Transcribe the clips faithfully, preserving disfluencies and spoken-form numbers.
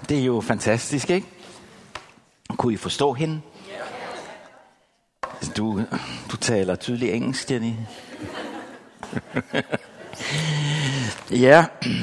det er jo fantastisk, ikke? Kunne I forstå hende? Du, du taler tydelig engelsk, Jenny. Ja.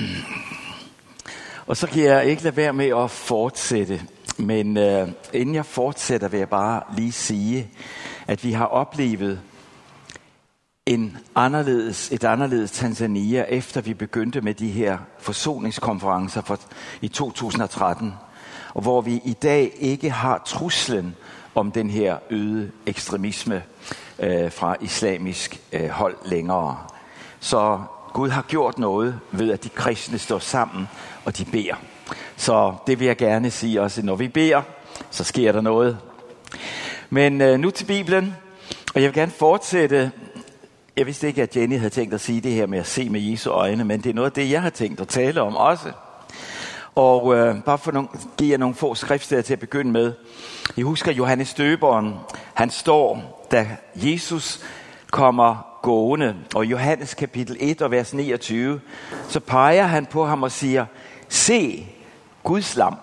Og så kan jeg ikke lade være med at fortsætte. Men øh, inden jeg fortsætter, vil jeg bare lige sige, at vi har oplevet en anderledes, et anderledes Tanzania, efter vi begyndte med de her forsoningskonferencer for, i to tusind og tretten. Og hvor vi i dag ikke har truslen om den her øgede ekstremisme øh, fra islamisk øh, hold længere. Så Gud har gjort noget ved, at de kristne står sammen, og de beder. Så det vil jeg gerne sige også, når vi beder, så sker der noget. Men øh, nu til Bibelen, og jeg vil gerne fortsætte. Jeg vidste ikke, at Jenny havde tænkt at sige det her med at se med Jesu øjne, men det er noget af det, jeg har tænkt at tale om også. Og øh, bare for nogle, give jer nogle få skriftsteder til at begynde med. Jeg husker Johannes Døberen, han står, da Jesus kommer gående, og i Johannes kapitel et og vers niogtyve, så peger han på ham og siger, se Guds lam.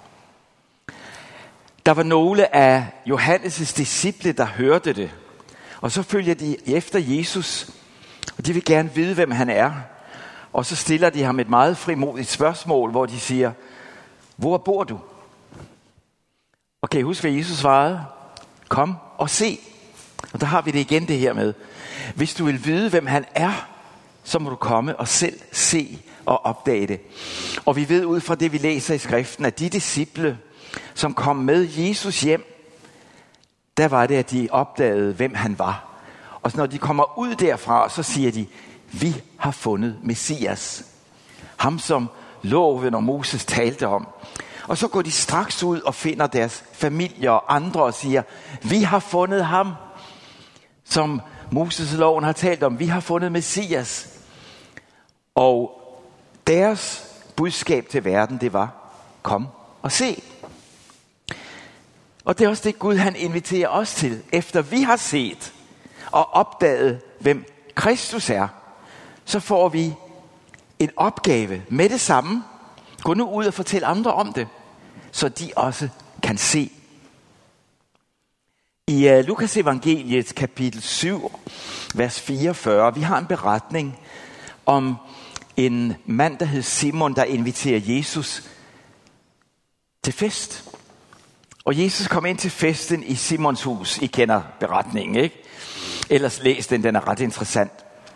Der var nogle af Johannes' disciple, der hørte det, og så følger de efter Jesus, og de vil gerne vide, hvem han er. Og så stiller de ham et meget frimodigt spørgsmål, hvor de siger, hvor bor du? Og kan I huske, hvad Jesus svarede? Kom og se. Og der har vi det igen det her med, hvis du vil vide, hvem han er, så må du komme og selv se og opdage det. Og vi ved ud fra det, vi læser i skriften, at de disciple, som kom med Jesus hjem, der var det, at de opdagede, hvem han var. Og når de kommer ud derfra, så siger de, vi har fundet Messias. Ham, som loven og Moses talte om. Og så går de straks ud og finder deres familier og andre og siger, vi har fundet ham, som Moses og loven har talt om. Vi har fundet Messias. Og deres budskab til verden, det var, kom og se. Og det er også det, Gud han inviterer os til. Efter vi har set og opdaget, hvem Kristus er, så får vi en opgave med det samme. Gå nu ud og fortæl andre om det, så de også kan se. I uh, Lukas evangeliet kapitel syv, vers fireogfyrre, vi har en beretning om en mand, der hed Simon, der inviterer Jesus til fest. Og Jesus kom ind til festen i Simons hus. I kender beretningen, ikke? Ellers læs den, den er ret interessant.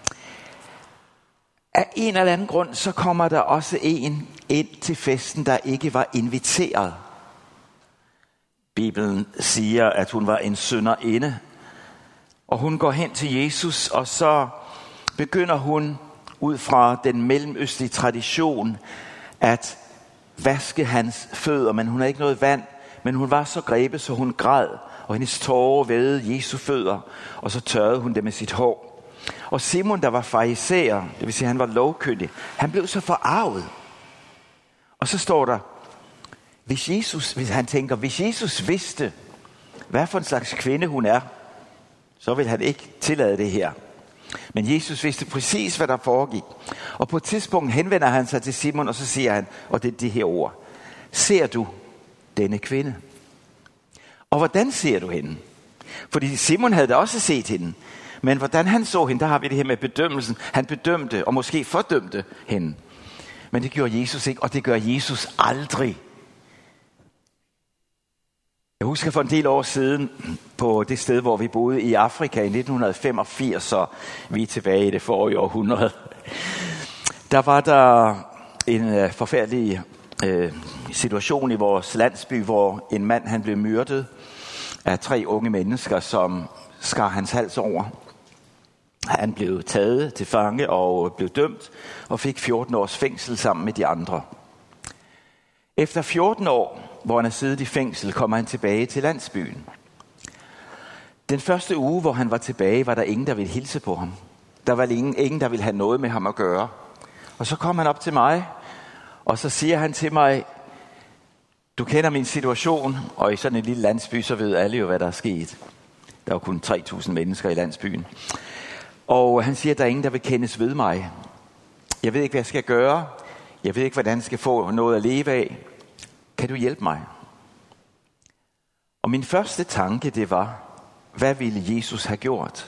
Af en eller anden grund, så kommer der også en ind til festen, der ikke var inviteret. Bibelen siger, at hun var en synderinde. Og hun går hen til Jesus, og så begynder hun ud fra den mellemøstlige tradition at vaske hans fødder. Men hun havde ikke noget vand, men hun var så grebet, så hun græd. Og hendes tårer vædede Jesu fødder, og så tørrede hun det med sit hår. Og Simon, der var farisæer, det vil sige, han var lovkyndig, han blev så forarvet. Og så står der, hvis Jesus, hvis han tænker, hvis Jesus vidste, hvad for en slags kvinde hun er, så vil han ikke tillade det her. Men Jesus vidste præcis, hvad der foregik. Og på et tidspunkt henvender han sig til Simon, og så siger han, og det er det her ord, ser du denne kvinde? Og hvordan ser du hende? Fordi Simon havde da også set hende. Men hvordan han så hende, der har vi det her med bedømmelsen. Han bedømte og måske fordømte hende. Men det gjorde Jesus ikke, og det gør Jesus aldrig. Jeg husker for en del år siden, på det sted, hvor vi boede i Afrika i nitten femogfirs, så vi er tilbage i det forrige århundrede. Der var der en uh, forfærdelig uh, situation i vores landsby, hvor en mand han blev myrdet af tre unge mennesker, som skar hans hals over. Han blev taget til fange og blev dømt og fik fjorten års fængsel sammen med de andre. Efter fjorten år, hvor han er siddet i fængsel, kommer han tilbage til landsbyen. Den første uge, hvor han var tilbage, var der ingen, der ville hilse på ham. Der var ingen, ingen der ville have noget med ham at gøre. Og så kom han op til mig, og så siger han til mig, du kender min situation, og i sådan en lille landsby, så ved alle jo, hvad der er sket. Der var kun tre tusind mennesker i landsbyen. Og han siger, at der er ingen, der vil kendes ved mig. Jeg ved ikke, hvad jeg skal gøre. Jeg ved ikke, hvordan jeg skal få noget at leve af. kan du hjælpe mig? Og min første tanke, det var, hvad ville Jesus have gjort?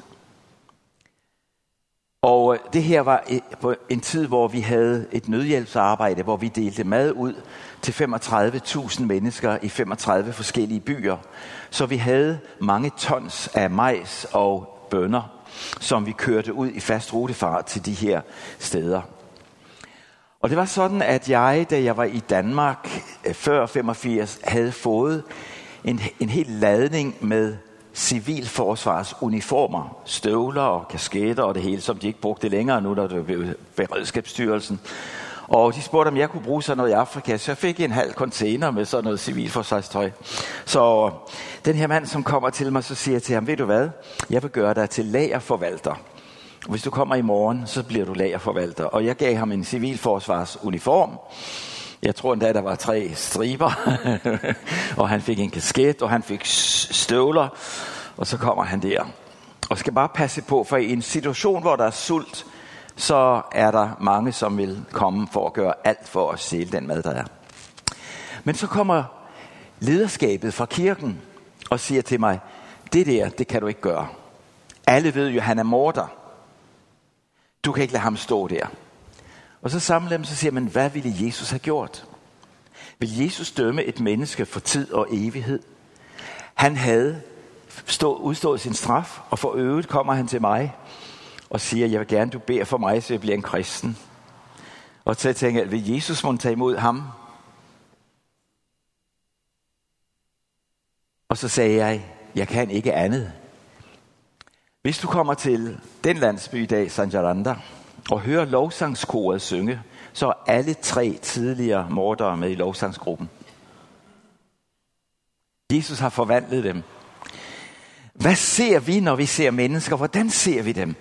Og det her var på en tid, hvor vi havde et nødhjælpsarbejde, hvor vi delte mad ud til femogtredive tusind mennesker i femogtredive forskellige byer. Så vi havde mange tons af majs og bønner, som vi kørte ud i fast rutefart til de her steder. Og det var sådan, at jeg, da jeg var i Danmark før femogfirs, havde fået en, en hel ladning med civilforsvarsuniformer, støvler og kasketter og det hele, som de ikke brugte længere nu, da det blev Beredskabsstyrelsen. Og de spurgte, om jeg kunne bruge sådan noget i Afrika, så jeg fik en halv container med sådan noget civilforsvarstøj. Så den her mand, som kommer til mig, så siger jeg til ham, ved du hvad, jeg vil gøre dig til lagerforvalter. Hvis du kommer i morgen, så bliver du lagerforvalter. Og jeg gav ham en civilforsvarsuniform. Jeg tror endda, der var tre striber, og han fik en kasket, og han fik støvler, og så kommer han der. Og skal bare passe på, for i en situation, hvor der er sult, så er der mange, som vil komme for at gøre alt for at stjæle den mad, der er. Men så kommer lederskabet fra kirken og siger til mig, det der, det kan du ikke gøre. Alle ved jo, at han er morder. Du kan ikke lade ham stå der. Og så samler dem, så siger man, hvad ville Jesus have gjort? Vil Jesus dømme et menneske for tid og evighed? Han havde stå, udstået sin straf, og for øvrigt kommer han til mig og siger, jeg vil gerne, du beder for mig, så jeg bliver en kristen. Og så tænker jeg, vil Jesus måtte tage imod ham? Og så sagde jeg, jeg kan ikke andet. Hvis du kommer til den landsby i dag, San Jaranda, og hører lovsangskoret synge, så er alle tre tidligere mordere med i lovsangsgruppen. Jesus har forvandlet dem. Hvad ser vi, når vi ser mennesker? Hvordan ser vi dem?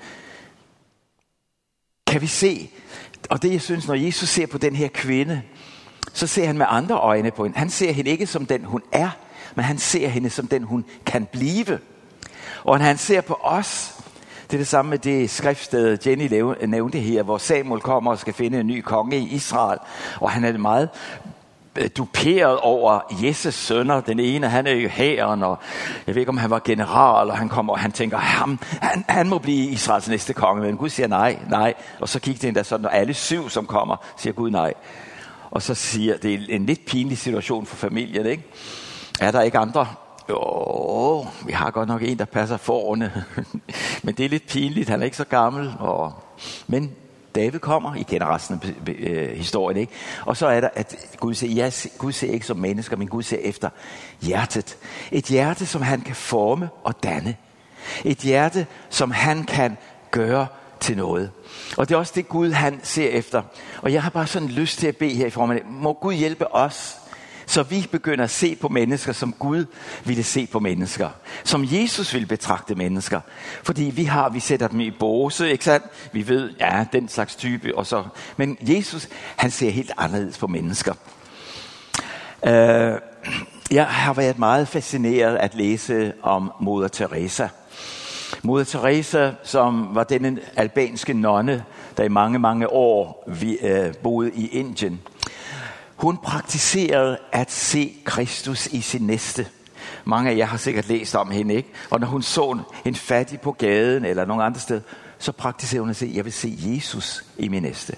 Kan vi se, og det jeg synes, når Jesus ser på den her kvinde, så ser han med andre øjne på hende. Han ser hende ikke som den, hun er, men han ser hende som den, hun kan blive. Og når han ser på os, det er det samme med det skriftsted, Jenny nævnte her, hvor Samuel kommer og skal finde en ny konge i Israel. Og han er meget duperet over Jesus sønner. Den ene, han er jo hæren, og jeg ved ikke, om han var general, og han kommer, og han tænker, ham, han, han må blive Israels næste konge. Men Gud siger nej, nej. Og så kigger det endda sådan, og alle syv, som kommer, siger Gud nej. Og så siger, det er en lidt pinlig situation for familien, ikke? Er der ikke andre? Jo, vi har godt nok en, der passer forne. Men det er lidt pinligt, han er ikke så gammel. Og... Men David kommer, I kender resten af øh, historien, ikke? Og så er der, at Gud ser, ja, Gud ser ikke som mennesker, men Gud ser efter hjertet. Et hjerte, som han kan forme og danne. Et hjerte, som han kan gøre til noget. Og det er også det, Gud han ser efter. Og jeg har bare sådan lyst til at bede her i formiddag. Må Gud hjælpe os, så vi begynder at se på mennesker, som Gud ville se på mennesker. Som Jesus ville betragte mennesker. Fordi vi har, vi sætter dem i båse, ikke sandt? Vi ved, ja, den slags type. Og så. Men Jesus, han ser helt anderledes på mennesker. Uh, jeg har været meget fascineret at læse om Moder Teresa. Moder Teresa, som var denne albanske nonne, der i mange, mange år vi, uh, boede i Indien. Hun praktiserede at se Kristus i sin næste. Mange af jer har sikkert læst om hende, ikke? Og når hun så en fattig på gaden eller nogen andre sted, så praktiserede hun at se, jeg vil se Jesus i min næste.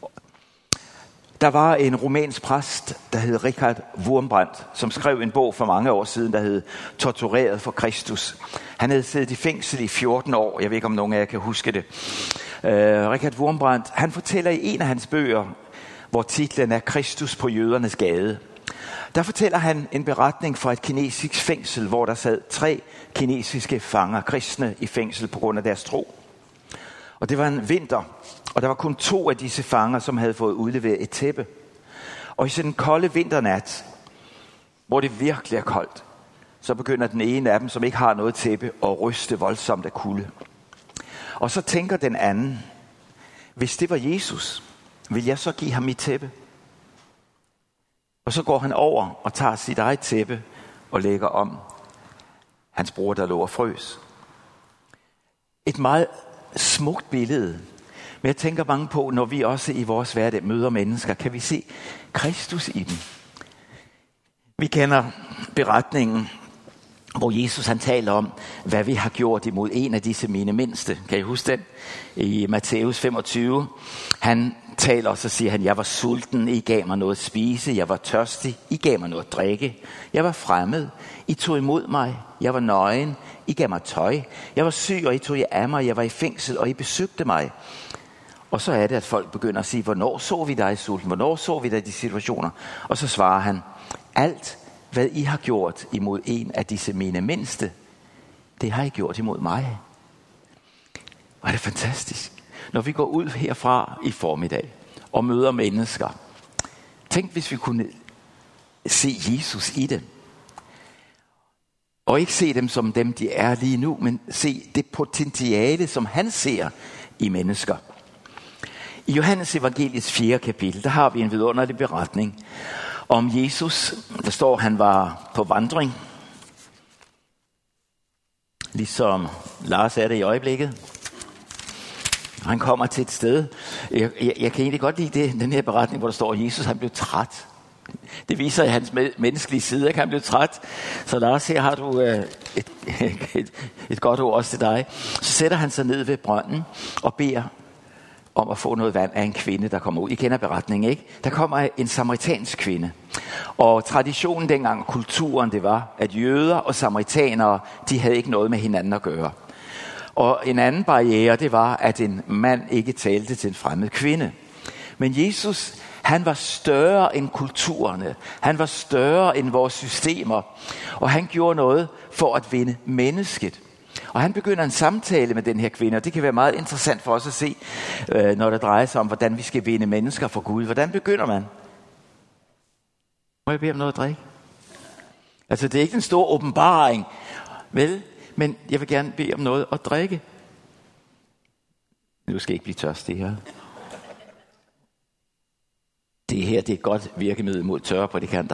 Der var en rumænsk præst, der hed Richard Wurmbrand, som skrev en bog for mange år siden, der hed Tortureret for Kristus. Han havde siddet i fængsel i fjorten år. Jeg ved ikke, om nogen af jer kan huske det. Uh, Richard Wurmbrand, han fortæller i en af hans bøger, hvor titlen er Kristus på jødernes gade. Der fortæller han en beretning fra et kinesisk fængsel, hvor der sad tre kinesiske fanger, kristne, i fængsel på grund af deres tro. Og det var en vinter, og der var kun to af disse fanger, som havde fået udleveret et tæppe. Og i sådan en kolde vinternat, hvor det virkelig er koldt, så begynder den ene af dem, som ikke har noget tæppe, at ryste voldsomt af kulde. Og så tænker den anden, hvis det var Jesus, vil jeg så give ham mit tæppe? Og så går han over og tager sit eget tæppe og lægger om hans bror, der lå og frøs. Et meget smukt billede. Men jeg tænker mange på, når vi også i vores hverdag møder mennesker, kan vi se Kristus i dem. Vi kender beretningen, hvor Jesus han taler om, hvad vi har gjort imod en af disse mine mindste. Kan I huske den? I Matthæus femogtyve. Han taler, og så siger han, jeg var sulten, I gav mig noget at spise. Jeg var tørstig, I gav mig noget at drikke. Jeg var fremmed, I tog imod mig. Jeg var nøgen, I gav mig tøj. Jeg var syg, og I tog jer af mig. Jeg var i fængsel, og I besøgte mig. Og så er det, at folk begynder at sige, hvornår så vi dig sulten? Hvornår så vi dig i de situationer? Og så svarer han, alt hvad I har gjort imod en af disse mine mindste, det har I gjort imod mig. Hvor er det fantastisk. Når vi går ud herfra i formiddag og møder mennesker, tænk hvis vi kunne se Jesus i dem. Og ikke se dem som dem, de er lige nu, men se det potentiale, som han ser i mennesker. I Johannes evangeliets fjerde kapitel, der har vi en vidunderlig beretning om Jesus. Der står, han var på vandring. Ligesom Lars er det i øjeblikket. Han kommer til et sted. Jeg, jeg, jeg kan egentlig godt lide det, den her beretning, hvor der står, at Jesus han blev træt. Det viser i hans menneskelige side, at han blev træt. Så Lars, her har du øh, et, et, et godt ord også til dig. Så sætter han sig ned ved brønden og beder om at få noget vand af en kvinde, der kommer ud. I kender beretningen, ikke? Der kommer en samaritansk kvinde. Og traditionen dengang, kulturen, det var, at jøder og samaritanere, de havde ikke noget med hinanden at gøre. Og en anden barriere, det var, at en mand ikke talte til en fremmed kvinde. Men Jesus, han var større end kulturerne. Han var større end vores systemer. Og han gjorde noget for at vinde mennesket. Og han begynder en samtale med den her kvinde, og det kan være meget interessant for os at se, øh, når det drejer sig om, hvordan vi skal vinde mennesker for Gud. Hvordan begynder man? Må jeg bede om noget at drikke? Altså, det er ikke en stor åbenbaring, vel? Men jeg vil gerne bede om noget at drikke. Nu skal jeg ikke blive tørstig her. Det her, det er et godt virkemiddel mod tørre prædikanter.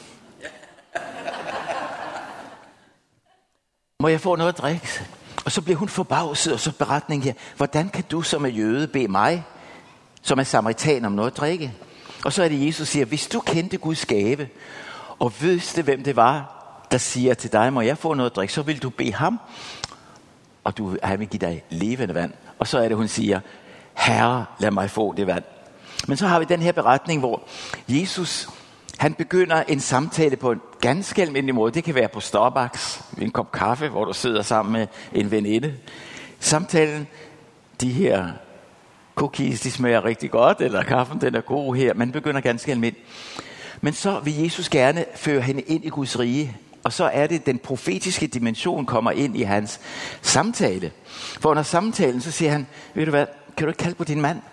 Må jeg få noget at drikke? Og så bliver hun forbavset, og så beretning her. Hvordan kan du som er jøde bede mig, som er samaritan, om noget at drikke? Og så er det Jesus siger, hvis du kendte Guds gave, og vidste hvem det var, der siger til dig, må jeg få noget at drikke, så vil du bede ham, og du, han vil give dig levende vand. Og så er det, hun siger, Herre, lad mig få det vand. Men så har vi den her beretning, hvor Jesus, han begynder en samtale på en ganske almindelig måde. Det kan være på Starbucks, en kop kaffe, hvor du sidder sammen med en veninde. Samtalen, de her cookies, de smager rigtig godt, eller kaffen, den er god her. Man begynder ganske almindeligt. Men så vil Jesus gerne føre hende ind i Guds rige. Og så er det, den profetiske dimension kommer ind i hans samtale. For under samtalen, så siger han, ved du hvad, kan du ikke kalde på din mand?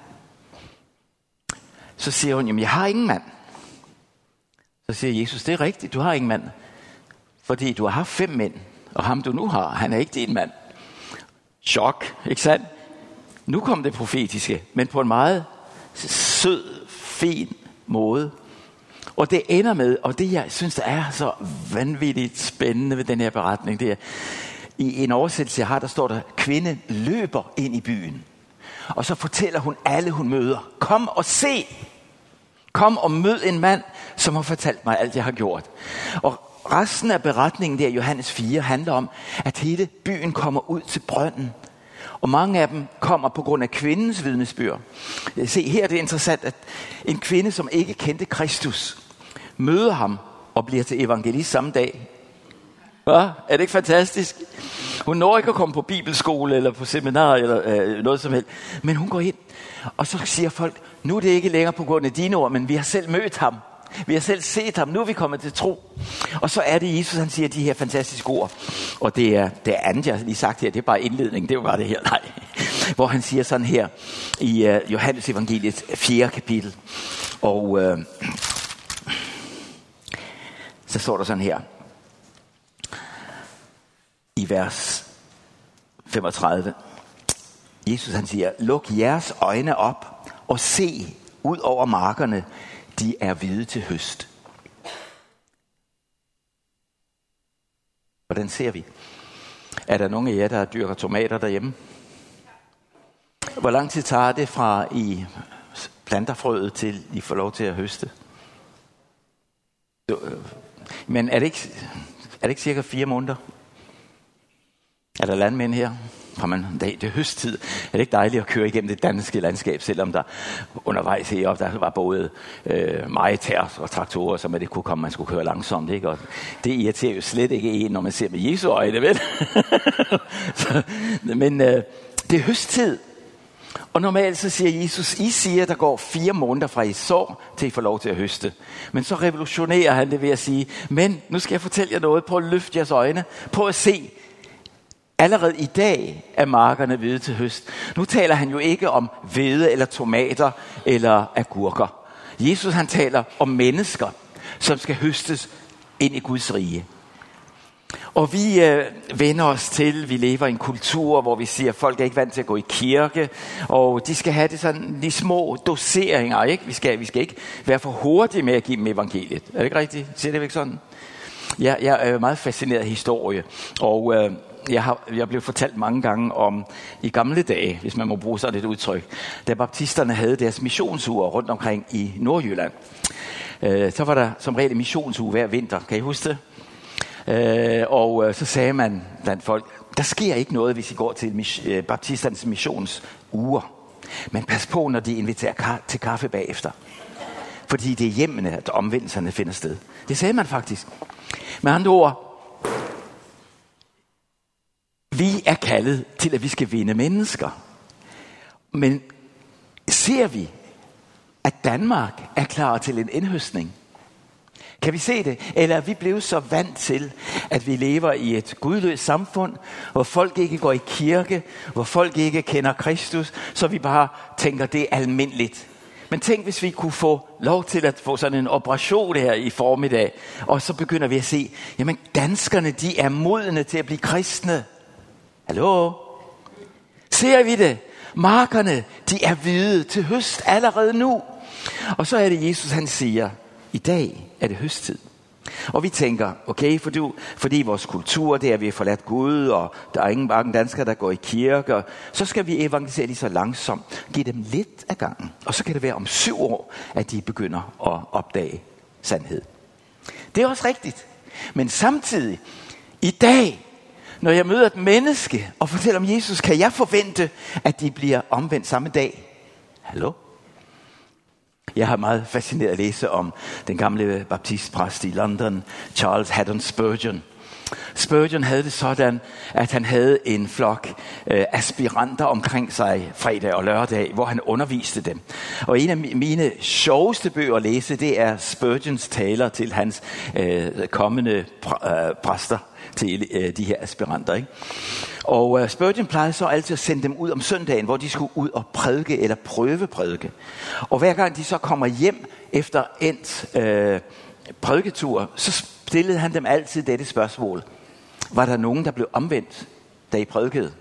Så siger hun, jamen jeg har ingen mand. Så siger Jesus, det er rigtigt, du har ingen mand. Fordi du har haft fem mænd, og ham du nu har, han er ikke din mand. Chok, ikke sandt? Nu kom det profetiske, men på en meget sød, fin måde. Og det ender med, og det jeg synes, der er så vanvittigt spændende ved den her beretning, det er, i en oversættelse jeg har, der står der, kvinden løber ind i byen. Og så fortæller hun alle, hun møder, kom og se, kom og mød en mand, som har fortalt mig alt, jeg har gjort. Og resten af beretningen der, Johannes fire, handler om, at hele byen kommer ud til brønden. Og mange af dem kommer på grund af kvindens vidnesbyrd. Se, her er det interessant, at en kvinde, som ikke kendte Kristus, møder ham og bliver til evangelist samme dag. Hva? Er det ikke fantastisk? Hun når ikke at komme på bibelskole eller på seminar eller øh, noget som helst. Men hun går ind, og så siger folk, nu er det ikke længere på grund af dine ord, men vi har selv mødt ham. Vi har selv set ham, nu er vi kommet til tro. Og så er det Jesus, han siger de her fantastiske ord. Og det er det andet, jeg har lige sagt her, det er bare indledning, det er jo bare det her, nej. Hvor han siger sådan her i uh, Johannes evangeliets fjerde kapitel. Og uh, så står der sådan her i vers femogtredive. Jesus han siger, luk jeres øjne op og se ud over markerne, de er hvide til høst. Hvordan ser vi? Er der nogen af jer, der dyrker tomater derhjemme? Hvor lang tid tager det fra I planter frøet til I får lov til at høste? Men er det ikke, er det ikke cirka fire måneder? Er der landmænd her? Man, det er høsttid. Er det ikke dejligt at køre igennem det danske landskab, selvom der undervejs heroppe, der var både øh, meget tærs og traktorer, så det kunne komme, man skulle køre langsomt. Ikke? Og det irriterer jo slet ikke en, når man ser med Jesu øjne, vel? så, men øh, det er høsttid. Og normalt så siger Jesus, I siger, der går fire måneder fra I sår, til I får lov til at høste. Men så revolutionerer han det ved at sige, men nu skal jeg fortælle jer noget, prøv at løfte jeres øjne, prøv at se. Allerede i dag er markerne hvide til høst. Nu taler han jo ikke om hvede eller tomater eller agurker. Jesus han taler om mennesker, som skal høstes ind i Guds rige. Og vi øh, vender os til, vi lever i en kultur, hvor vi siger, at folk er ikke vant til at gå i kirke, og de skal have det sådan de små doseringer, ikke? Vi skal, vi skal ikke være for hurtige med at give dem evangeliet. Er det ikke rigtigt? Siger det ikke sådan? Ja, jeg er meget fascineret af historie, og øh, jeg har jeg blev fortalt mange gange om i gamle dage, hvis man må bruge sådan et udtryk, da baptisterne havde deres missionsuger rundt omkring i Nordjylland. Øh, så var der som regel missionsuge hver vinter, kan I huske det? Øh, og øh, så sagde man blandt folk, der sker ikke noget, hvis I går til mis- øh, baptisternes missionsuger. Men pas på, når de inviterer ka- til kaffe bagefter. Fordi det er hjemmene, at omvendelserne finder sted. Det sagde man faktisk. Med andre ord, vi er kaldet til, at vi skal vinde mennesker. Men ser vi, at Danmark er klar til en indhøstning? Kan vi se det? Eller er vi blevet så vant til, at vi lever i et gudløst samfund, hvor folk ikke går i kirke, hvor folk ikke kender Kristus, så vi bare tænker, det er almindeligt. Men tænk, hvis vi kunne få lov til at få sådan en operation her i formiddag, og så begynder vi at se, jamen danskerne, de er modne til at blive kristne. Hallo? Ser vi det? Markerne, de er hvide til høst allerede nu. Og så er det Jesus, han siger, i dag er det høsttid. Og vi tænker, okay, for du, fordi vores kultur, det er, vi har forladt Gud, og der er ingen mange danskere, der går i kirke, og så skal vi evangelisere de så langsomt. Giv dem lidt af gangen. Og så kan det være om syv år, at de begynder at opdage sandhed. Det er også rigtigt. Men samtidig, i dag, når jeg møder et menneske og fortæller om Jesus, kan jeg forvente, at de bliver omvendt samme dag. Hallo? Jeg har meget fascineret at læse om den gamle baptistpræst i London, Charles Haddon Spurgeon. Spurgeon havde det sådan, at han havde en flok øh, aspiranter omkring sig fredag og lørdag, hvor han underviste dem. Og en af mine sjoveste bøger at læse, det er Spurgeons taler til hans øh, kommende pr- øh, præster, til øh, de her aspiranter, ikke? Og uh, Spurgeon plejede så altid at sende dem ud om søndagen, hvor de skulle ud og prædike eller prøve prædike. Og hver gang de så kommer hjem efter endt øh, prædiketur, så stillede han dem altid dette spørgsmål. Var der nogen, der blev omvendt, da I prædikede?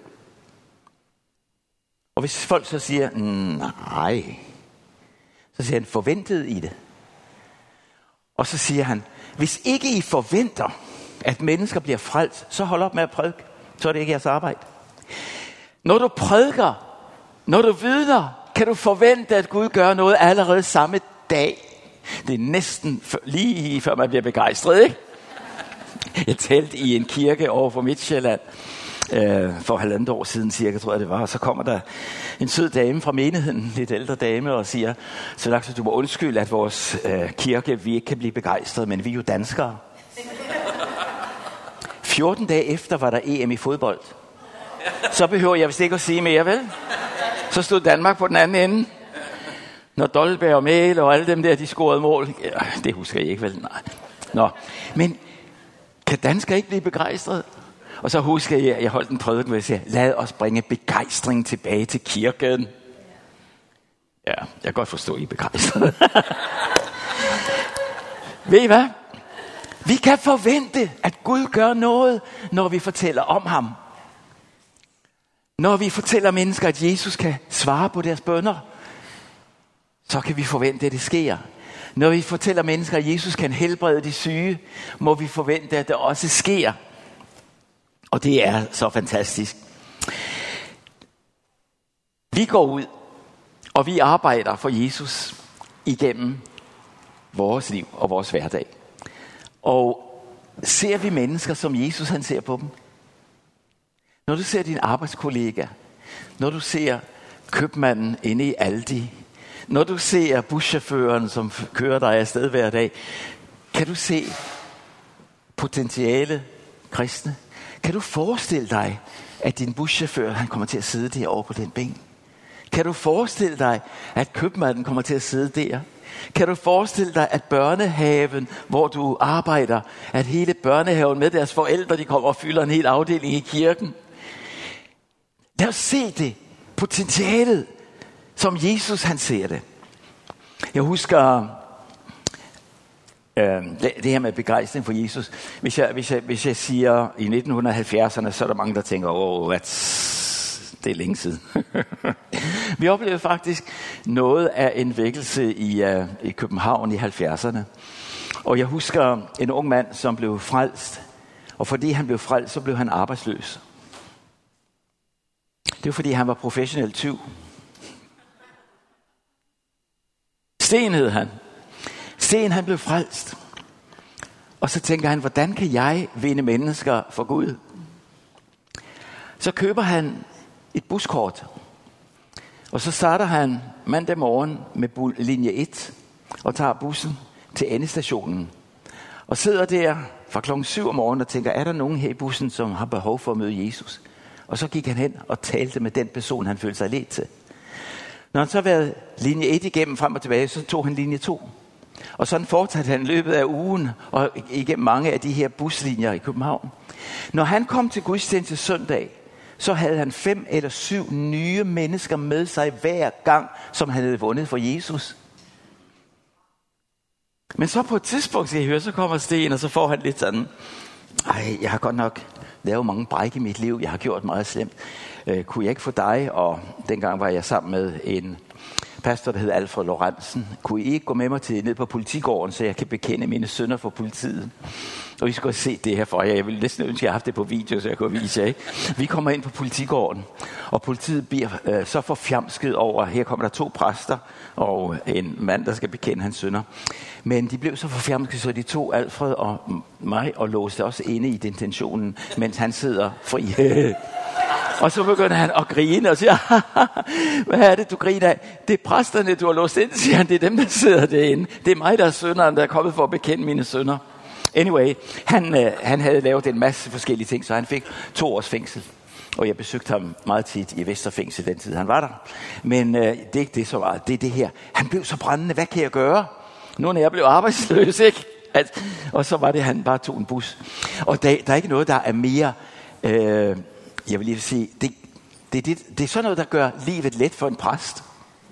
Og hvis folk så siger, nej, så siger han, forventede I det? Og så siger han, hvis ikke I forventer, at mennesker bliver frelst, så hold op med at prædike. Så er det ikke jeres arbejde. Når du prædiker, når du vidner, kan du forvente, at Gud gør noget allerede samme dag. Det er næsten lige før man bliver begejstret, ikke? Jeg talte i en kirke over for Midtjylland øh, for halvandet år siden cirka, tror jeg det var. Og så kommer der en sød dame fra menigheden, lidt ældre dame, og siger, så lagt, du må undskylde, at vores øh, kirke, vi ikke kan blive begejstret, men vi er jo danskere. fjorten dage efter var der E M i fodbold. Så behøver jeg vist ikke at sige mere, vel? Så stod Danmark på den anden ende. Når Dolberg og Mæhl og alle dem der, de scorede mål. Ja, det husker jeg ikke, vel? Nej. Nå. Men kan danskere ikke blive begejstret? Og så husker jeg, at jeg holdt en prædiken, hvor jeg siger, lad os bringe begejstring tilbage til kirken. Ja, jeg kan godt forstå, at I er begejstret. Ved I hvad? Vi kan forvente, at Gud gør noget, når vi fortæller om ham. Når vi fortæller mennesker, at Jesus kan svare på deres bønner, så kan vi forvente, at det sker. Når vi fortæller mennesker, at Jesus kan helbrede de syge, må vi forvente, at det også sker. Og det er så fantastisk. Vi går ud, og vi arbejder for Jesus igennem vores liv og vores hverdag. Og ser vi mennesker, som Jesus han ser på dem? Når du ser din arbejdskollega, når du ser købmanden inde i Aldi, når du ser buschaufføren, som kører dig afsted hver dag, kan du se potentiale kristne? Kan du forestille dig, at din buschauffør han kommer til at sidde derovre på den bænk? Kan du forestille dig, at købmanden kommer til at sidde der? Kan du forestille dig, at børnehaven, hvor du arbejder, at hele børnehaven med deres forældre, de kommer og fylder en hel afdeling i kirken? Lad os se det potentialet, som Jesus han ser det. Jeg husker øh, det, det her med begejstring for Jesus. Hvis jeg, hvis jeg, hvis jeg siger i nitten halvfjerdserne, så er der mange, der tænker, åh, hvad det er længe siden. Vi oplevede faktisk noget af en vækkelse i, uh, i København i halvfjerdserne. Og jeg husker en ung mand, som blev frelst. Og fordi han blev frelst, så blev han arbejdsløs. Det var fordi han var professionel tyv. Sten hed han. Sten han blev frelst. Og så tænker han, hvordan kan jeg vinde mennesker for Gud? Så køber han et buskort. Og så starter han mandag morgen med linje et og tager bussen til endestationen. Og sidder der fra klokken syv om morgenen og tænker, er der nogen her i bussen, som har behov for at møde Jesus? Og så gik han hen og talte med den person, han følte sig ledt til. Når han så været linje et igennem frem og tilbage, så tog han linje to. Og sådan fortsatte han løbet af ugen og igennem mange af de her buslinjer i København. Når han kom til gudstjeneste søndag, så havde han fem eller syv nye mennesker med sig hver gang, som han havde vundet for Jesus. Men så på et tidspunkt, skal jeg høre, så kommer Sten, og så får han lidt sådan, ej, jeg har godt nok lavet mange bræk i mit liv, jeg har gjort meget slemt. Øh, kunne jeg ikke få dig, og dengang var jeg sammen med en pastor, der hed Alfred Lorentzen, kunne I ikke gå med mig til ned på politigården, så jeg kan bekende mine synder for politiet? Og I skulle have set det her for jer. Jeg ville næsten ønske, at jeg havde haft det på video, så jeg kunne vise jer. Ikke? Vi kommer ind på politigården, og politiet bliver øh, så forfjamsket over, her kommer der to præster og en mand, der skal bekende hans synder. Men de blev så forfjamsket, så de tog Alfred og mig og låste også inde i detentionen, mens han sidder fri. Og så begynder han at grine og siger, hvad er det, du griner af? Det er præsterne, du har låst ind, siger han. Det er dem, der sidder derinde. Det er mig, der er synderen, der er kommet for at bekende mine synder. Anyway, han, øh, han havde lavet en masse forskellige ting, så han fik to års fængsel. Og jeg besøgte ham meget tit i Vesterfængsel den tid, han var der. Men øh, det er ikke det så meget. Det er det her. Han blev så brændende. Hvad kan jeg gøre? Nu når jeg blev arbejdsløs, ikke? At, og så var det, han bare tog en bus. Og der, der er ikke noget, der er mere... Øh, jeg vil lige sige, det, det, det, det er sådan noget, der gør livet let for en præst.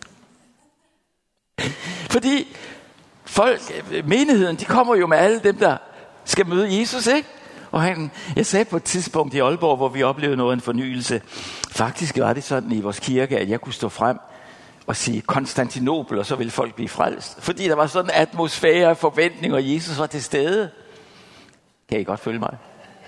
Fordi folk, menigheden, de kommer jo med alle dem, der skal møde Jesus, ikke? Og han, jeg sagde på et tidspunkt i Aalborg, hvor vi oplevede noget af en fornyelse. Faktisk var det sådan i vores kirke, at jeg kunne stå frem og sige Konstantinopel, og så ville folk blive frelst. Fordi der var sådan en atmosfære af forventning, og Jesus var til stede. Kan I godt følge mig?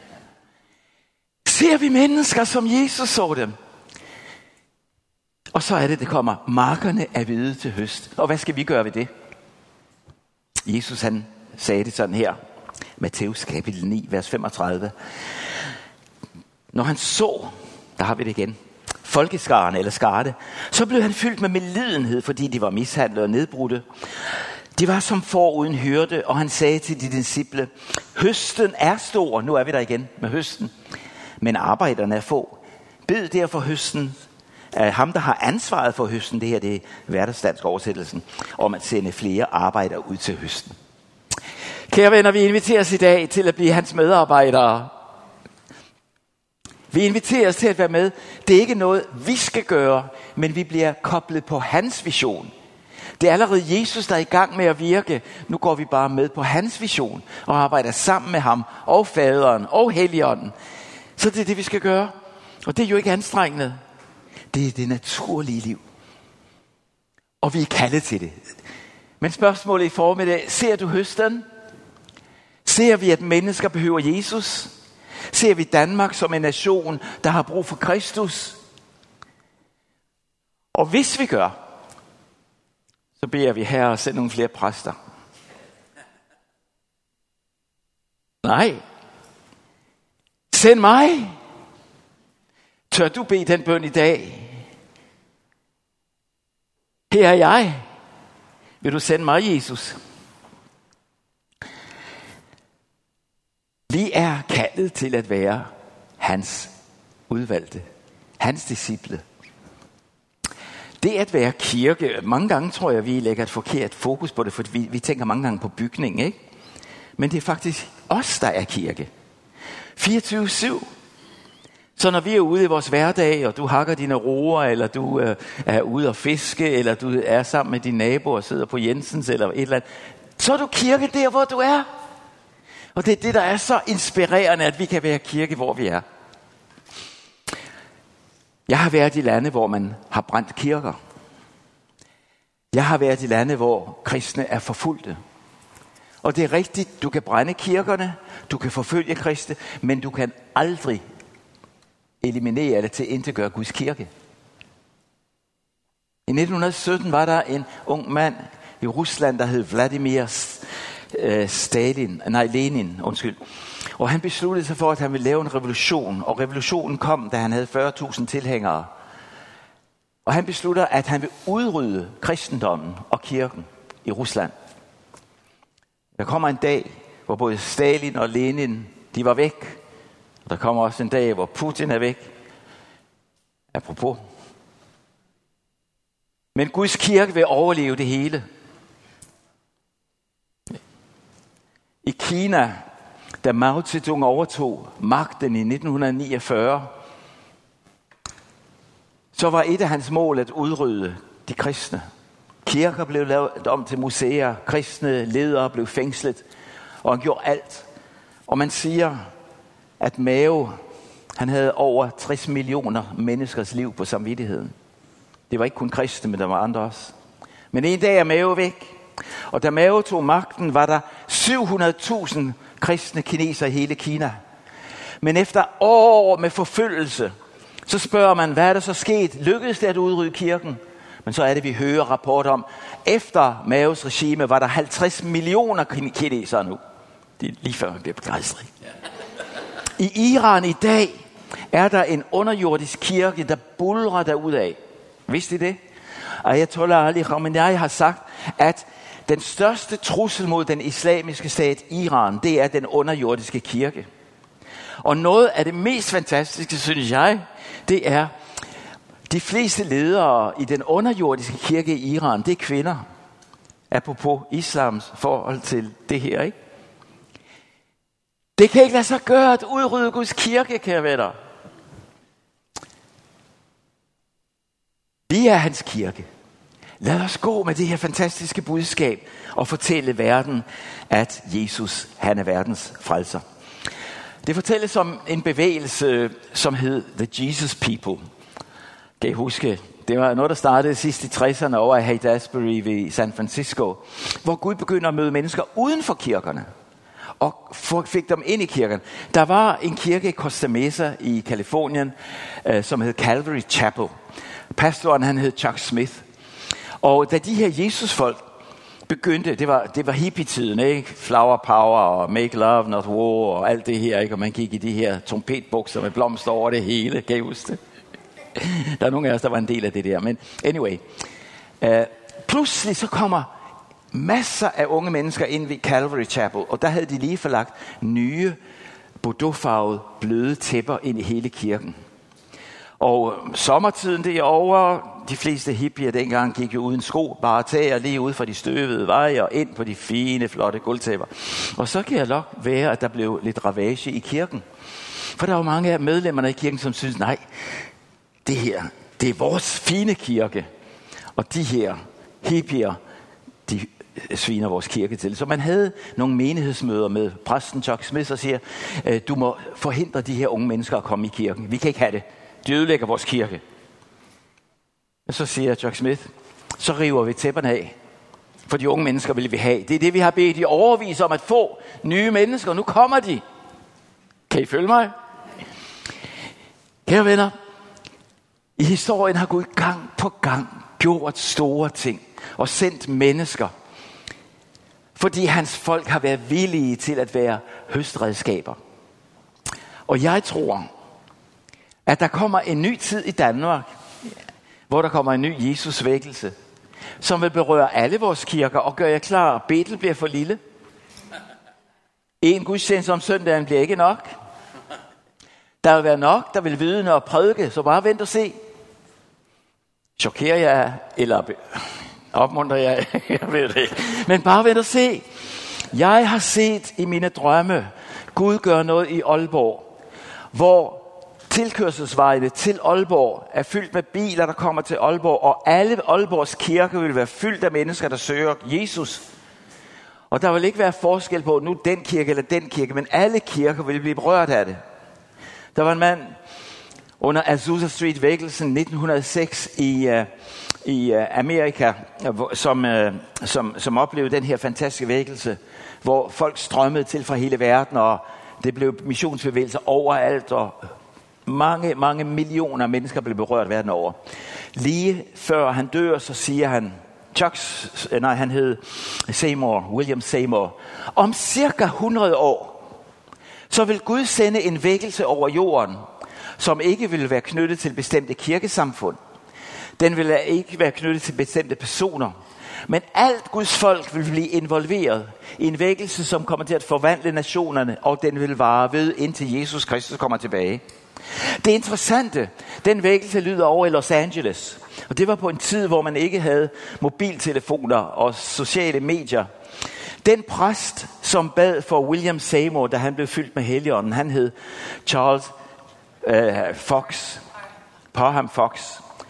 Ser vi mennesker, som Jesus så dem? Og så er det, det kommer. Markerne er hvide til høst. Og hvad skal vi gøre ved det? Jesus han sagde det sådan her. Matthæus kapitel ni, vers femogtredive. Når han så, der har vi det igen, folkeskaren eller skarte, så blev han fyldt med medlidenhed, fordi de var mishandlede og nedbrudte. De var som får uden hyrde, og han sagde til de disciple, høsten er stor. Nu er vi der igen med høsten. Men arbejderne er få. Bed derfor høsten af ham, der har ansvaret for høsten, det her det er hverdagsdansk oversættelsen, om at sende flere arbejdere ud til høsten. Kære venner, vi inviteres i dag til at blive hans medarbejdere. Vi inviteres til at være med. Det er ikke noget, vi skal gøre, men vi bliver koblet på hans vision. Det er allerede Jesus, der er i gang med at virke. Nu går vi bare med på hans vision og arbejder sammen med ham og faderen og helligånden. Så det er det, vi skal gøre. Og det er jo ikke anstrengende. Det er det naturlige liv. Og vi er kaldet til det. Men spørgsmålet i formiddag, ser du høsten? Ser vi, at mennesker behøver Jesus? Ser vi Danmark som en nation, der har brug for Kristus? Og hvis vi gør, så beder vi Herre at sende nogle flere præster. Nej. Send mig. Tør du bede den bøn i dag? Her er jeg. Vil du sende mig, Jesus? Vi er kaldet til at være hans udvalgte, hans disciple. Det at være kirke, mange gange tror jeg, vi lægger et forkert fokus på det, for vi, vi tænker mange gange på bygningen, ikke? Men det er faktisk os, der er kirke. fireogtyve syv. Så når vi er ude i vores hverdag, og du hakker dine roer, eller du øh, er ude at fiske, eller du er sammen med dine naboer og sidder på Jensens, eller et eller andet, så er du kirke der, hvor du er. Og det er det, der er så inspirerende, at vi kan være kirke, hvor vi er. Jeg har været i lande, hvor man har brændt kirker. Jeg har været i lande, hvor kristne er forfulgte. Og det er rigtigt, du kan brænde kirkerne, du kan forfølge kristne, men du kan aldrig eliminere det til at integøre Guds kirke. I nitten sytten var der en ung mand i Rusland, der hed Vladimir Stalin, nej Lenin, undskyld. Og han besluttede sig for, at han ville lave en revolution. Og revolutionen kom, da han havde fyrre tusind tilhængere. Og han beslutter, at han vil udrydde kristendommen og kirken i Rusland. Der kommer en dag, hvor både Stalin og Lenin, de var væk. Og der kommer også en dag, hvor Putin er væk. Apropos. Men Guds kirke vil overleve det hele. I Kina, da Mao Zedong overtog magten i nitten niogfyrre, så var et af hans mål at udrydde de kristne. Kirker blev lavet om til museer, kristne ledere blev fængslet, og han gjorde alt. Og man siger, at Mao, han havde over tres millioner menneskers liv på samvittigheden. Det var ikke kun kristne, men der var andre også. Men en dag er Mao væk. Og da Mao tog magten, var der syv hundrede tusind kristne kinesere i hele Kina. Men efter år med forfølgelse, så spørger man, hvad er der så sket? Lykkedes det at udrydde kirken? Men så er det, vi hører rapport om, efter Maos regime var der halvtreds millioner kinesere nu. Det er lige før man bliver begejstret. I Iran i dag er der en underjordisk kirke, der bulrer derudad. Vidste I det? Ayatollah Ali Khamenei har sagt, at den største trussel mod den islamiske stat Iran, det er den underjordiske kirke. Og noget af det mest fantastiske, synes jeg, det er, de fleste ledere i den underjordiske kirke i Iran, det er kvinder. Apropos islams forhold til det her, ikke? Det kan ikke lade sig gøre at udrydde Guds kirke, kære venner. Vi er hans kirke. Lad os gå med det her fantastiske budskab og fortælle verden, at Jesus, han er verdens frelser. Det fortælles om en bevægelse, som hed The Jesus People. Kan I huske? Det var noget, der startede sidst i tresserne over i Haight-Ashbury ved San Francisco, hvor Gud begynder at møde mennesker uden for kirkerne og fik dem ind i kirken. Der var en kirke i Costa Mesa i Kalifornien, øh, som hed Calvary Chapel. Pastoren, han hed Chuck Smith. Og da de her Jesus-folk begyndte, det var, det var hippie-tiden, ikke? Flower power og make love, not war og alt det her, ikke? Og man gik i de her trompetbukser med blomster over det hele, kan I huske det? Der er nogle af os, der var en del af det der, men anyway. Uh, pludselig så kommer masser af unge mennesker ind ved Calvary Chapel, og der havde de lige forlagt nye, bordeauxfarvede, bløde tæpper ind i hele kirken. Og sommertiden det er over. De fleste hippier dengang gik jo uden sko, bare tager lige ud fra de støvede veje og ind på de fine, flotte gulvtæpper. Og så kan jeg nok være, at der blev lidt ravage i kirken. For der var mange af medlemmerne i kirken, som synes, nej, det her, det er vores fine kirke. Og de her hippier, de sviner vores kirke til. Så man havde nogle menighedsmøder med præsten Chuck Smith og siger, du må forhindre de her unge mennesker at komme i kirken. Vi kan ikke have det. De ødelægger vores kirke. Og så siger Chuck Smith, så river vi tæpperne af. For de unge mennesker vil vi have. Det er det, vi har bedt i overvis om at få nye mennesker. Nu kommer de. Kan I følge mig? Kære venner, i historien har Gud gang på gang gjort store ting og sendt mennesker Fordi hans folk har været villige til at være høstredskaber. Og jeg tror, at der kommer en ny tid i Danmark, hvor der kommer en ny Jesus-vækkelse, som vil berøre alle vores kirker og gøre jer klar, at Betel bliver for lille. En gudstjeneste om søndagen bliver ikke nok. Der vil være nok, der vil vidne og prædike, så bare vent og se. Chokerer jeg, eller opmuntrer jeg, jeg ved det ikke. Men bare vent og se. Jeg har set i mine drømme, Gud gør noget i Aalborg, hvor tilkørselsvejene til Aalborg er fyldt med biler, der kommer til Aalborg, og alle Aalborgs kirker vil være fyldt af mennesker, der søger Jesus. Og der vil ikke være forskel på, nu den kirke eller den kirke, men alle kirker vil blive berørt af det. Der var en mand under Azusa Street-vækkelsen nitten hundrede og seks i, uh, i uh, Amerika, som, uh, som, som oplevede den her fantastiske vækkelse, hvor folk strømmede til fra hele verden, og det blev missionsbevægelser overalt, og mange, mange millioner mennesker blev berørt verden over. Lige før han dør, så siger han, Chucks, nej, han hed Seymour, William Seymour, om cirka hundrede år, så vil Gud sende en vækkelse over jorden, som ikke vil være knyttet til bestemte kirkesamfund. Den vil ikke være knyttet til bestemte personer. Men alt Guds folk vil blive involveret i en vækkelse, som kommer til at forvandle nationerne, og den vil vare ved, indtil Jesus Kristus kommer tilbage. Det interessante, den vækkelse lyder over i Los Angeles. Og det var på en tid, hvor man ikke havde mobiltelefoner og sociale medier. Den præst, som bad for William Seymour, da han blev fyldt med Helligånden, han hed Charles øh, Fox, Parham Fox.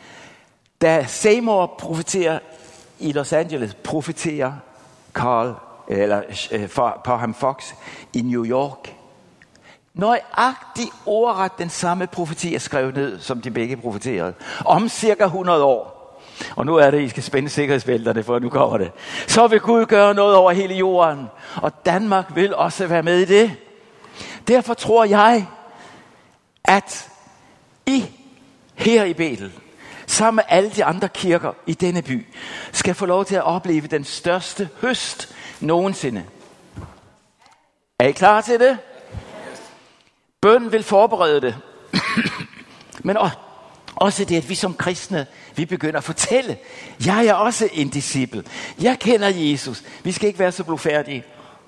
Da Seymour profeterer i Los Angeles, profeterer Carl, eller øh, Parham Fox i New York. Nøjagtigt ordret den samme profeti er skrevet ned, som de begge profeterede. Om cirka hundrede år. Og nu er det, I skal spænde sikkerhedsbælterne, for nu kommer det. Så vil Gud gøre noget over hele jorden. Og Danmark vil også være med i det. Derfor tror jeg, at I her i Betel, sammen med alle de andre kirker i denne by, skal få lov til at opleve den største høst nogensinde. Er I klar til det? Bøn vil forberede det. Men også det, at vi som kristne, vi begynder at fortælle. Jeg er også en disciple. Jeg kender Jesus. Vi skal ikke være så blufærdige.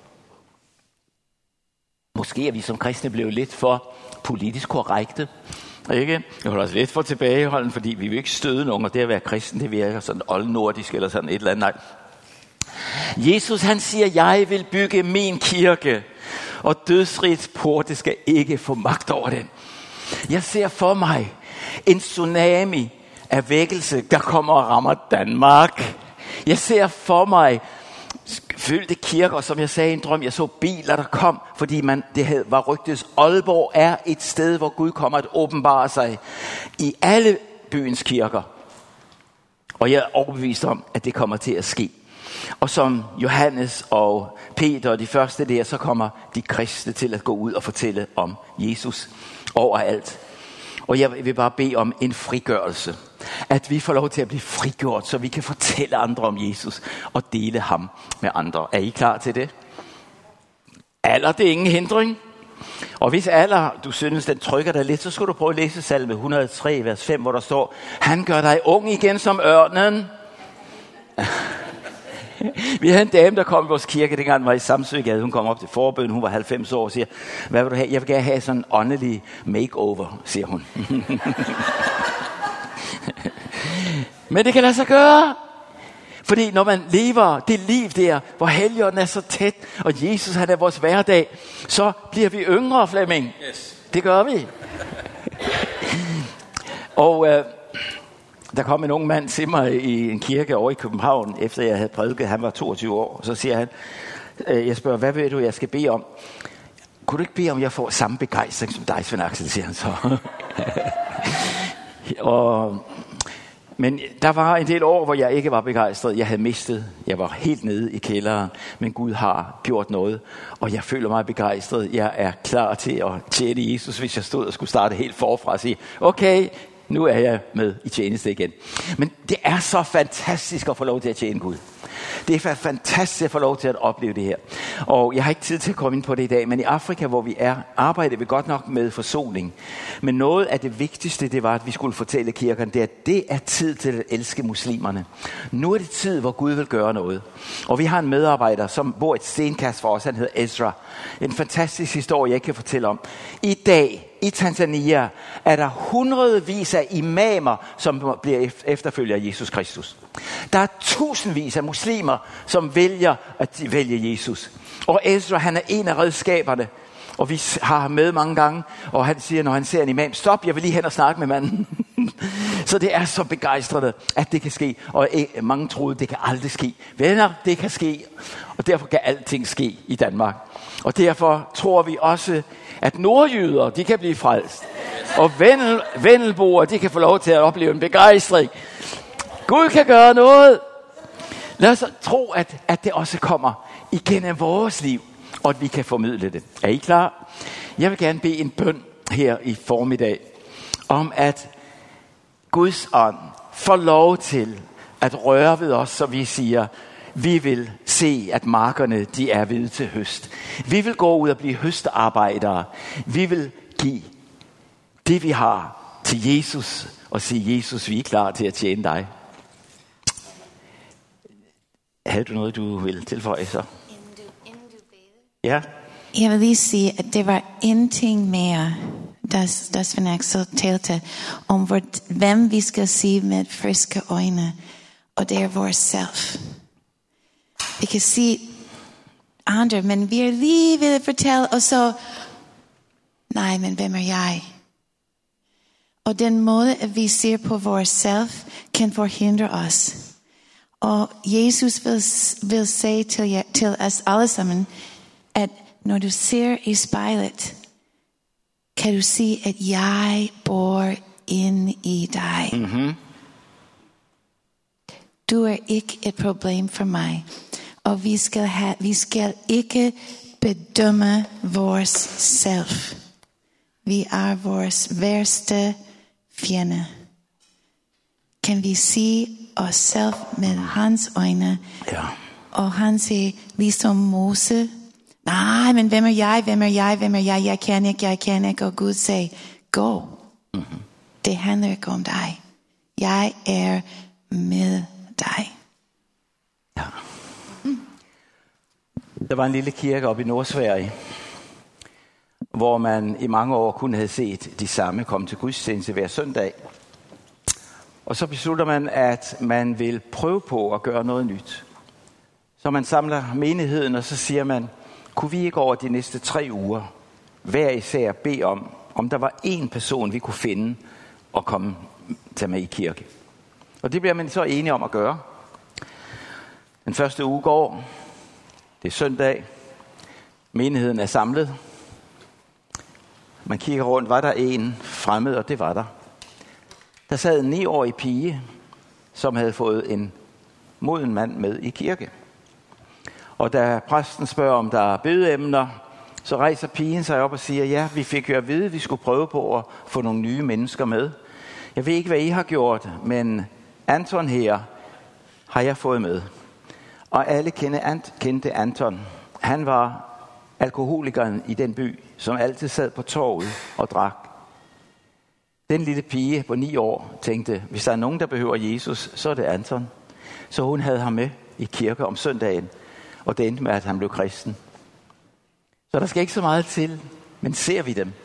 Måske er vi som kristne blevet lidt for politisk korrekte. Ikke? Jeg holder os lidt for tilbageholden, fordi vi vil ikke støde nogen, og det at være kristen, det virker sådan oldnordisk eller sådan et eller andet. Nej. Jesus, han siger, jeg vil bygge min kirke, og dødsrigets porte skal ikke få magt over den. Jeg ser for mig en tsunami af vækkelse, der kommer og rammer Danmark. Jeg ser for mig fyldte kirker, som jeg sagde i en drøm. Jeg så biler, der kom, fordi man, det var rygtes. Aalborg er et sted, hvor Gud kommer at åbenbare sig i alle byens kirker. Og jeg er overbevist om, at det kommer til at ske. Og som Johannes og Peter og de første der, så kommer de kristne til at gå ud og fortælle om Jesus overalt. Og jeg vil bare bede om en frigørelse. At vi får lov til at blive frigjort, så vi kan fortælle andre om Jesus og dele ham med andre. Er I klar til det? Alder, det er ingen hindring. Og hvis alder, du synes, den trykker dig lidt, så skal du prøve at læse salme et hundrede og tre, vers fem, hvor der står, han gør dig ung igen som ørnen. Vi havde en dame, der kom i vores kirke, dengang hun var i Samsøgade. Hun kom op til forbøn, hun var halvfems år og siger, hvad vil du have? Jeg vil gerne have sådan en åndelig makeover, siger hun. Men det kan lade sig gøre. Fordi når man lever det liv der, hvor Helligånden er så tæt, og Jesus han er vores hverdag, så bliver vi yngre, Flemming. Yes. Det gør vi. Og øh, der kom en ung mand til mig i en kirke over i København, efter jeg havde prædiket. Han var toogtyve år. Og så siger han, øh, jeg spørger, hvad ved du, jeg skal bede om? Kunne du ikke bede om, jeg får samme begejstring som dig, Svend Axel, siger han så. og... Men der var en del år, hvor jeg ikke var begejstret. Jeg havde mistet. Jeg var helt nede i kælderen. Men Gud har gjort noget. Og jeg føler mig begejstret. Jeg er klar til at tjene Jesus, hvis jeg stod og skulle starte helt forfra og sige, okay, nu er jeg med i tjeneste igen. Men det er så fantastisk at få lov til at tjene Gud. Det er fantastisk at få lov til at opleve det her. Og jeg har ikke tid til at komme ind på det i dag, men i Afrika, hvor vi er, arbejder vi godt nok med forsoning. Men noget af det vigtigste, det var, at vi skulle fortælle kirken, det er, at det er tid til at elske muslimerne. Nu er det tid, hvor Gud vil gøre noget. Og vi har en medarbejder, som bor et stenkast for os, han hedder Ezra. En fantastisk historie, jeg kan fortælle om. I dag, i Tanzania, er der hundredvis af imamer, som bliver efterfølger af Jesus Kristus. Der er tusindvis af muslimer, som vælger at vælge Jesus. Og Ezra, han er en af redskaberne. Og vi har ham med mange gange, og han siger, når han ser en imam, stop, jeg vil lige hen og snakke med manden. Så det er så begejstrende, at det kan ske. Og mange troede, det kan aldrig ske. Venner, det kan ske. Og derfor kan alting ske i Danmark. Og derfor tror vi også, at nordjyder, de kan blive frelst. Og vendel, vendelboer, de kan få lov til at opleve en begejstring. Gud kan gøre noget. Lad os tro, at, at det også kommer igennem vores liv, og at vi kan formidle det. Er I klar? Jeg vil gerne bede en bøn her i formiddag, om at Guds ånd får lov til at røre ved os, så vi siger, vi vil se, at markerne de er hvide til høst. Vi vil gå ud og blive høstarbejdere. Vi vil give det, vi har, til Jesus og sige, Jesus, vi er klar til at tjene dig. Havde du noget, du ville tilføje så? Ja. Jeg vil lige sige, at det var en ting mere, der, der Svend Axel talte om, hvor, hvem vi skal se med friske øjne, og det er vores selv. Vi kan se andre, men vi er lige ved at fortælle, og så, nej, men hvem er jeg? Og den måde, at vi ser på vores selv, kan forhindre os. Og Jesus vil, vil sige til, til os alle sammen, at når du ser i spejlet, kan du se, at jeg bor inde i dig. Mm-hmm. Du er ikke et problem for mig. Og vi skal, have, vi skal ikke bedømme vores selv. Vi er vores værste fjende. Kan vi se os selv med hans øjne? Ja. Og han siger, ligesom Mose, nej, men hvem er jeg, hvem er jeg, hvem er jeg, jeg kan ikke, jeg kan ikke. Og Gud siger, gå. Mm-hmm. Det handler ikke om dig. Jeg er med dig. Ja. Mm. Der var en lille kirke oppe i Nordsverige, hvor man i mange år kun havde set de samme komme til gudstjeneste hver søndag. Og så beslutter man, at man vil prøve på at gøre noget nyt. Så man samler menigheden, og så siger man, kunne vi ikke over de næste tre uger hver især bede om, om der var en person, vi kunne finde og komme til med i kirke. Og det bliver man så enige om at gøre. Den første uge går, det er søndag, menigheden er samlet. Man kigger rundt, var der en fremmed, og det var der. Der sad en niårig pige, som havde fået en moden mand med i kirke. Og da præsten spørger, om der er bedeemner, så rejser pigen sig op og siger, ja, vi fik jo at vide, at vi skulle prøve på at få nogle nye mennesker med. Jeg ved ikke, hvad I har gjort, men Anton her har jeg fået med. Og alle kendte Anton. Han var alkoholikeren i den by, som altid sad på torvet og drak. Den lille pige på ni år tænkte, hvis der er nogen, der behøver Jesus, så er det Anton. Så hun havde ham med i kirke om søndagen, og det endte med, at han blev kristen. Så der skal ikke så meget til, men ser vi dem.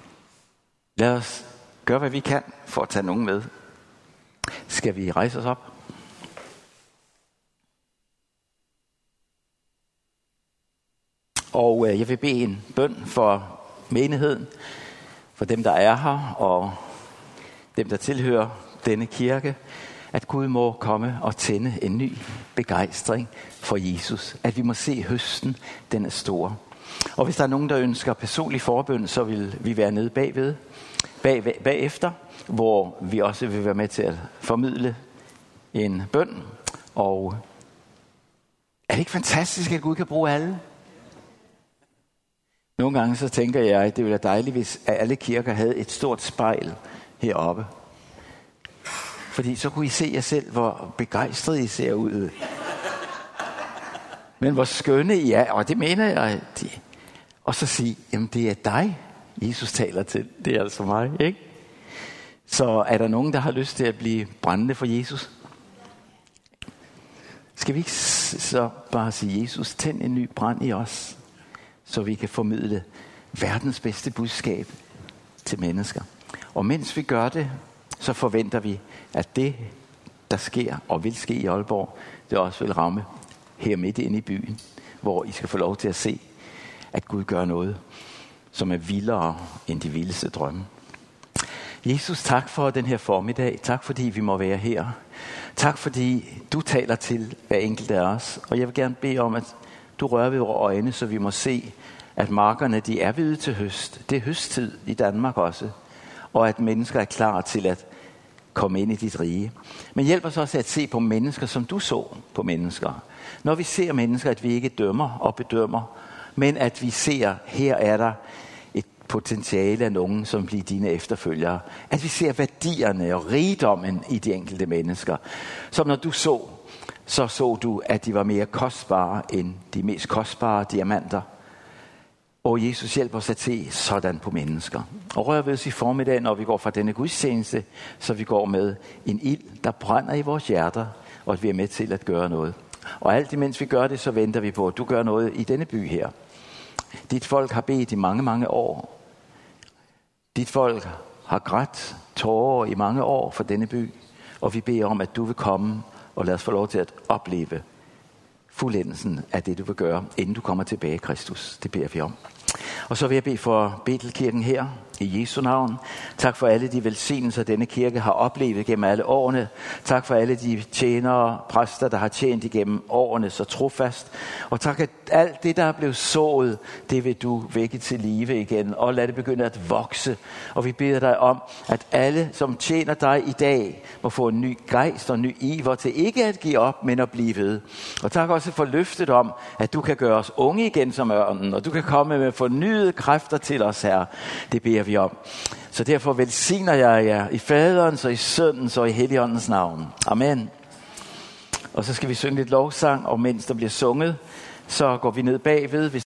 Lad os gøre, hvad vi kan for at tage nogen med. Skal vi rejse os op? Og øh, jeg vil bede en bøn for menigheden, for dem, der er her, og dem, der tilhører denne kirke, at Gud må komme og tænde en ny begejstring for Jesus. At vi må se høsten, den er stor. Og hvis der er nogen, der ønsker personlig forbøn, så vil vi være nede bagved, bag, bagefter, hvor vi også vil være med til at formidle en bøn. Og er det ikke fantastisk, at Gud kan bruge alle? Nogle gange så tænker jeg, at det ville være dejligt, hvis alle kirker havde et stort spejl heroppe. Fordi så kunne I se jer selv, hvor begejstret I ser ud. Men hvor skønne I er, og det mener jeg. Det. Og så sige, jamen det er dig, Jesus taler til. Det er altså mig, ikke? Så er der nogen, der har lyst til at blive brændende for Jesus? Skal vi ikke så bare sige, Jesus, tænd en ny brand i os, så vi kan formidle verdens bedste budskab til mennesker. Og mens vi gør det, så forventer vi, at det, der sker og vil ske i Aalborg, det også vil ramme her midt inde i byen, hvor I skal få lov til at se, at Gud gør noget, som er vildere end de vildeste drømme. Jesus, tak for den her formiddag. Tak fordi vi må være her. Tak fordi du taler til hver enkelt af os. Og jeg vil gerne bede om, at du rører ved vores øjne, så vi må se, at markerne de er hvide til høst. Det er høsttid i Danmark også. Og at mennesker er klar til at komme ind i dit rige. Men hjælp os også at se på mennesker, som du så på mennesker. Når vi ser mennesker, at vi ikke dømmer og bedømmer, men at vi ser, her er der et potentiale af nogen, som bliver dine efterfølgere. At vi ser værdierne og rigdommen i de enkelte mennesker. Som når du så, så så du, at de var mere kostbare end de mest kostbare diamanter. Og Jesus hjælper os at se sådan på mennesker. Og rør ved os i formiddag, når vi går fra denne gudstjeneste, så vi går med en ild, der brænder i vores hjerter, og at vi er med til at gøre noget. Og alt imens vi gør det, så venter vi på, at du gør noget i denne by her. Dit folk har bedt i mange, mange år. Dit folk har grædt tårer i mange år for denne by. Og vi beder om, at du vil komme og lad os få lov til at opleve fuldendelsen af det, du vil gøre, inden du kommer tilbage, Kristus. Det beder vi om. Og så vil jeg bede for Betelkirken her, i Jesu navn. Tak for alle de velsignelser, denne kirke har oplevet gennem alle årene. Tak for alle de tjenere, præster, der har tjent igennem årene så trofast. Og tak, at alt det, der er blevet sået, det vil du vække til live igen. Og lad det begynde at vokse. Og vi beder dig om, at alle, som tjener dig i dag, må få en ny gejst og en ny iver til ikke at give op, men at blive ved. Og tak også for løftet om, at du kan gøre os unge igen som ørnen, og du kan komme med fornyede kræfter til os, Herre. Det beder vi om. Så derfor velsigner jeg jer i faderens og i søndens og i helligåndens navn. Amen. Og så skal vi synge lidt lovsang, og mens der bliver sunget, så går vi ned bagved.